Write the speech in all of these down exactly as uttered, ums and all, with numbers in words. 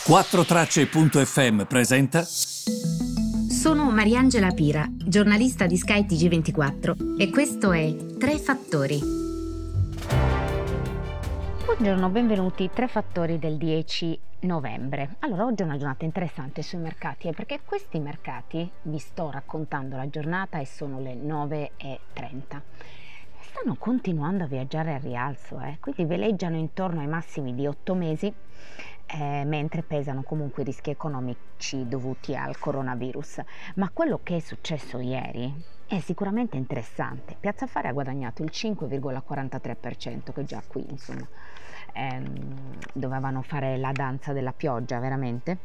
quattro tracce punto effe emme presenta. Sono Mariangela Pira, giornalista di Sky T G ventiquattro e questo è Tre Fattori. Buongiorno, benvenuti. Tre Fattori del dieci novembre. Allora, oggi è una giornata interessante sui mercati, eh, perché questi mercati, vi sto raccontando la giornata e sono le nove e trenta. Stanno continuando a viaggiare al rialzo, eh, quindi veleggiano intorno ai massimi di otto mesi, eh, mentre pesano comunque i rischi economici dovuti al coronavirus. Ma quello che è successo ieri è sicuramente interessante. Piazza Affari ha guadagnato il cinque virgola quarantatré per cento, che già qui insomma ehm, dovevano fare la danza della pioggia veramente.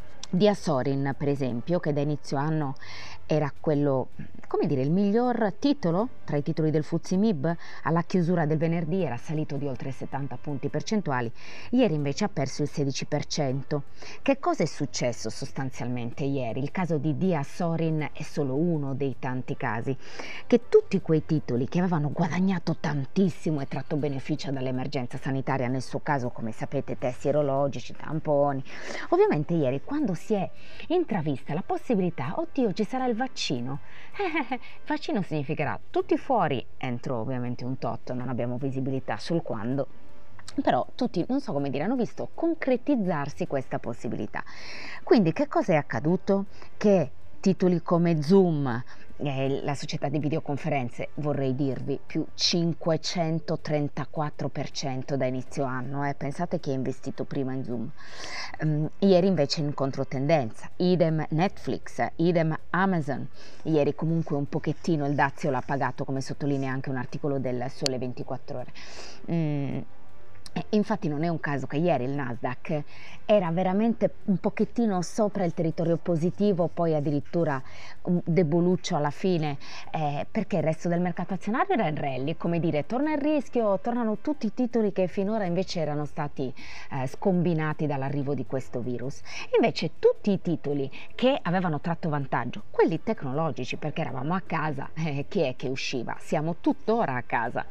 Diasorin, per esempio, che da inizio anno era quello, come dire, il miglior titolo tra i titoli del F T S E M I B, alla chiusura del venerdì era salito di oltre settanta punti percentuali, ieri invece ha perso il sedici per cento. Che cosa è successo sostanzialmente ieri? Il caso di Diasorin è solo uno dei tanti casi, che tutti quei titoli che avevano guadagnato tantissimo e tratto beneficio dall'emergenza sanitaria, nel suo caso, come sapete, test sierologici, tamponi, ovviamente ieri quando si è intravista la possibilità, oddio, ci sarà il vaccino, eh, il vaccino significherà tutti fuori entro ovviamente un tot, non abbiamo visibilità sul quando, però tutti, non so come dire, hanno visto concretizzarsi questa possibilità. Quindi che cosa è accaduto? Che titoli come Zoom, eh, la società di videoconferenze, vorrei dirvi, più cinquecentotrentaquattro per cento da inizio anno, eh. Pensate chi ha investito prima in Zoom. Um, ieri invece in controtendenza, idem Netflix, idem Amazon. Ieri comunque un pochettino il dazio l'ha pagato, come sottolinea anche un articolo del Sole ventiquattro Ore. Mm. Infatti non è un caso che ieri il Nasdaq era veramente un pochettino sopra il territorio positivo, poi addirittura un deboluccio alla fine, eh, perché il resto del mercato azionario era in rally, come dire, torna il rischio, tornano tutti i titoli che finora invece erano stati eh, scombinati dall'arrivo di questo virus. Invece tutti i titoli che avevano tratto vantaggio, quelli tecnologici, perché eravamo a casa, eh, chi è che usciva? Siamo tuttora a casa,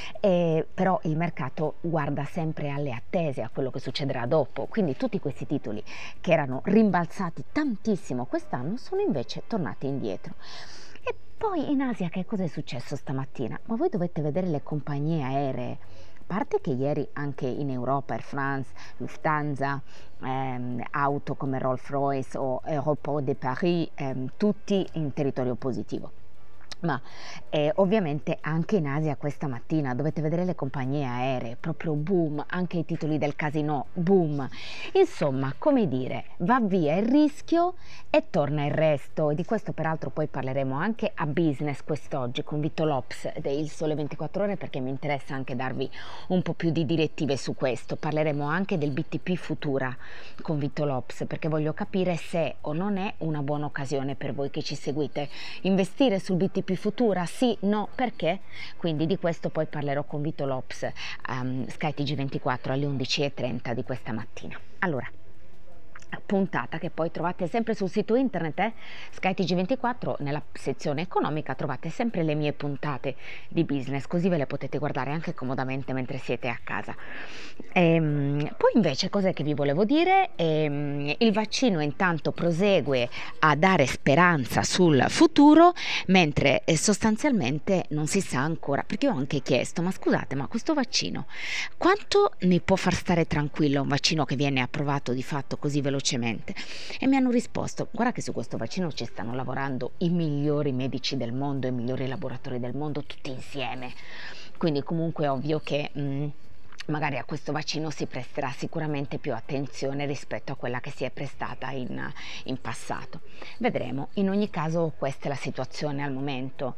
eh, però il mercato guarda sempre alle attese, a quello che succederà dopo, quindi tutti questi titoli che erano rimbalzati tantissimo quest'anno sono invece tornati indietro. E poi in Asia che cosa è successo stamattina? Ma voi dovete vedere le compagnie aeree, a parte che ieri anche in Europa Air France, Lufthansa, ehm, auto come Rolls-Royce o Aéroports de Paris, ehm, tutti in territorio positivo. Ma eh, ovviamente anche in Asia questa mattina dovete vedere le compagnie aeree, proprio boom, anche i titoli del casino, boom. Insomma, come dire, va via il rischio e torna il resto. E di questo peraltro poi parleremo anche a Business quest'oggi con Vito Lops del Sole ventiquattro Ore, perché mi interessa anche darvi un po' più di direttive su questo. Parleremo anche del B T P Futura con Vito Lops, perché voglio capire se o non è una buona occasione per voi che ci seguite investire sul B T P Futura, sì, no, perché? Quindi di questo poi parlerò con Vito Lops, um, Sky T G ventiquattro alle undici e trenta di questa mattina. Allora, puntata che poi trovate sempre sul sito internet, eh? Sky T G ventiquattro, nella sezione economica trovate sempre le mie puntate di business, così ve le potete guardare anche comodamente mentre siete a casa. Ehm, poi invece cos'è che vi volevo dire? Ehm, il vaccino intanto prosegue a dare speranza sul futuro, mentre eh, sostanzialmente non si sa ancora, perché io ho anche chiesto, ma scusate, ma questo vaccino quanto mi può far stare tranquillo, un vaccino che viene approvato di fatto così velocemente? E mi hanno risposto, guarda che su questo vaccino ci stanno lavorando i migliori medici del mondo, i migliori laboratori del mondo, tutti insieme, quindi comunque è ovvio che mh, magari a questo vaccino si presterà sicuramente più attenzione rispetto a quella che si è prestata in, in passato. Vedremo. In ogni caso questa è la situazione al momento.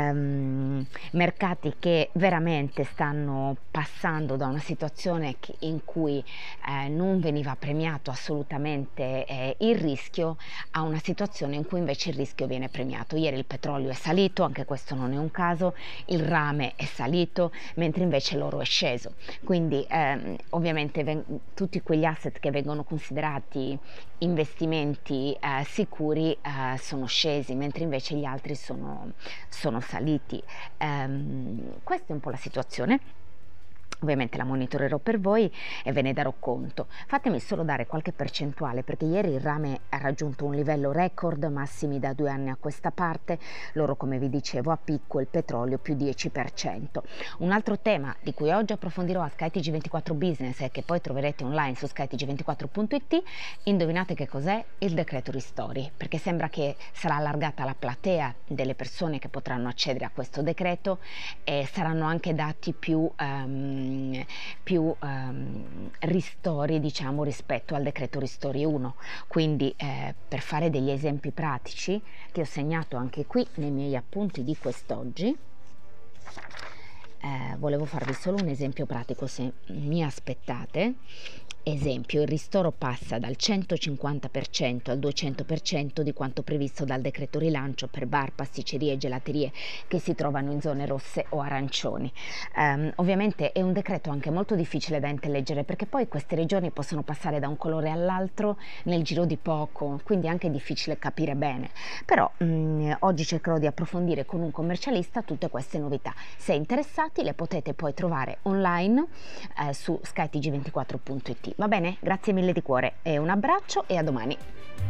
Um, mercati che veramente stanno passando da una situazione che, in cui eh, non veniva premiato assolutamente eh, il rischio, a una situazione in cui invece il rischio viene premiato. Ieri il petrolio è salito, anche questo non è un caso, il rame è salito, mentre invece l'oro è sceso. Quindi ehm, ovviamente ven- tutti quegli asset che vengono considerati investimenti eh, sicuri eh, sono scesi, mentre invece gli altri sono, sono saliti. Ehm, questa è un po' la situazione. Ovviamente la monitorerò per voi e ve ne darò conto. Fatemi solo dare qualche percentuale, perché ieri il rame ha raggiunto un livello record, massimi da due anni a questa parte, loro come vi dicevo a picco, il petrolio più dieci per cento. Un altro tema di cui oggi approfondirò a Sky T G ventiquattro Business e che poi troverete online su sky t g ventiquattro punto it, indovinate che cos'è? Il decreto ristori, perché sembra che sarà allargata la platea delle persone che potranno accedere a questo decreto e saranno anche dati più... Um, più ehm, ristori, diciamo, rispetto al decreto ristori uno. Quindi eh, per fare degli esempi pratici che ho segnato anche qui nei miei appunti di quest'oggi, eh, volevo farvi solo un esempio pratico, se mi aspettate. Esempio, il ristoro passa dal centocinquanta per cento al duecento per cento di quanto previsto dal decreto rilancio per bar, pasticcerie e gelaterie che si trovano in zone rosse o arancioni. Um, ovviamente è un decreto anche molto difficile da intellegere, perché poi queste regioni possono passare da un colore all'altro nel giro di poco, quindi è anche difficile capire bene. Però um, oggi cercherò di approfondire con un commercialista tutte queste novità. Se interessati le potete poi trovare online eh, su sky t g ventiquattro punto it. Va bene? Grazie mille di cuore e un abbraccio e a domani.